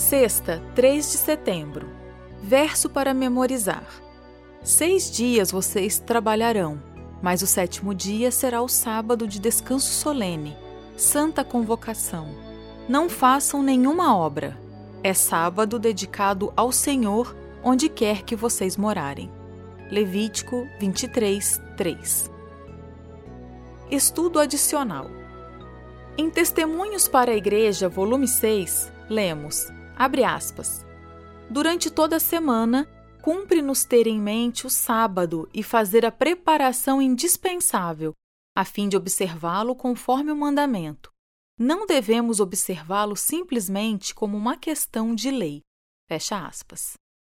Sexta, 3 de setembro. Verso para memorizar. 6 dias vocês trabalharão, mas o 7º dia será o sábado de descanso solene, santa convocação. Não façam nenhuma obra. É sábado dedicado ao Senhor, onde quer que vocês morarem. Levítico 23, 3. Estudo adicional. Em Testemunhos para a Igreja, volume 6, lemos, abre aspas, durante toda a semana, cumpre-nos ter em mente o sábado e fazer a preparação indispensável, a fim de observá-lo conforme o mandamento. Não devemos observá-lo simplesmente como uma questão de lei. Fecha aspas.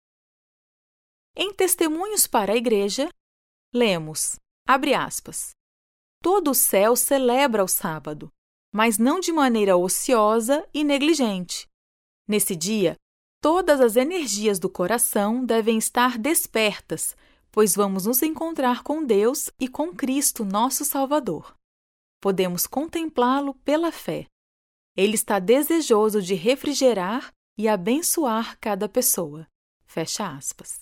Em Testemunhos para a Igreja, lemos, abre aspas, todo o céu celebra o sábado, mas não de maneira ociosa e negligente. Nesse dia, todas as energias do coração devem estar despertas, pois vamos nos encontrar com Deus e com Cristo, nosso Salvador. Podemos contemplá-lo pela fé. Ele está desejoso de refrigerar e abençoar cada pessoa. Fecha aspas.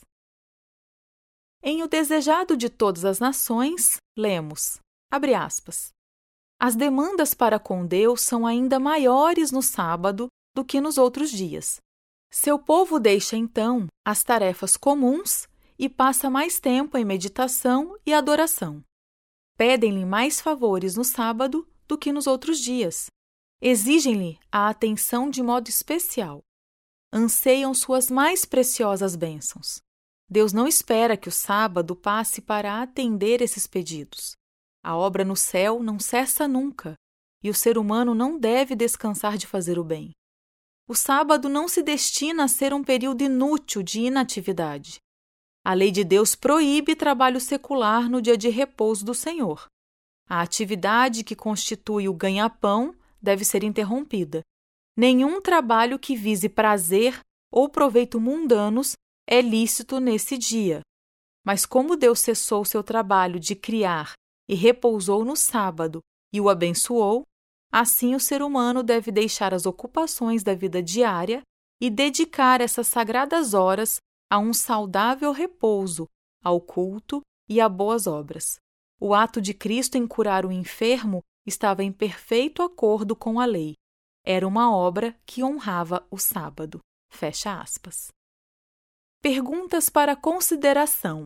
Em O Desejado de Todas as Nações, lemos, abre aspas, as demandas para com Deus são ainda maiores no sábado do que nos outros dias. Seu povo deixa, então, as tarefas comuns e passa mais tempo em meditação e adoração. Pedem-lhe mais favores no sábado do que nos outros dias. Exigem-lhe a atenção de modo especial. Anseiam suas mais preciosas bênçãos. Deus não espera que o sábado passe para atender esses pedidos. A obra no céu não cessa nunca, e o ser humano não deve descansar de fazer o bem. O sábado não se destina a ser um período inútil de inatividade. A lei de Deus proíbe trabalho secular no dia de repouso do Senhor. A atividade que constitui o ganha-pão deve ser interrompida. Nenhum trabalho que vise prazer ou proveito mundanos é lícito nesse dia. Mas como Deus cessou seu trabalho de criar e repousou no sábado e o abençoou, assim o ser humano deve deixar as ocupações da vida diária e dedicar essas sagradas horas a um saudável repouso, ao culto e a boas obras. O ato de Cristo em curar o enfermo estava em perfeito acordo com a lei. Era uma obra que honrava o sábado. Fecha aspas. Perguntas para consideração.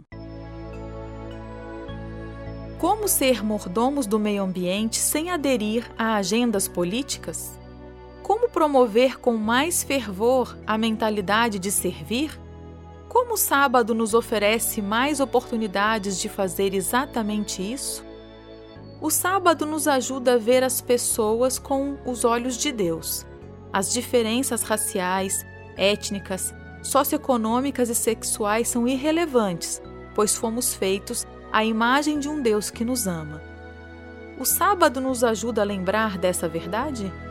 Como ser mordomos do meio ambiente sem aderir a agendas políticas? Como promover com mais fervor a mentalidade de servir? Como o sábado nos oferece mais oportunidades de fazer exatamente isso? O sábado nos ajuda a ver as pessoas com os olhos de Deus. As diferenças raciais, étnicas, socioeconômicas e sexuais são irrelevantes, pois fomos feitos à imagem de um Deus que nos ama. O sábado nos ajuda a lembrar dessa verdade?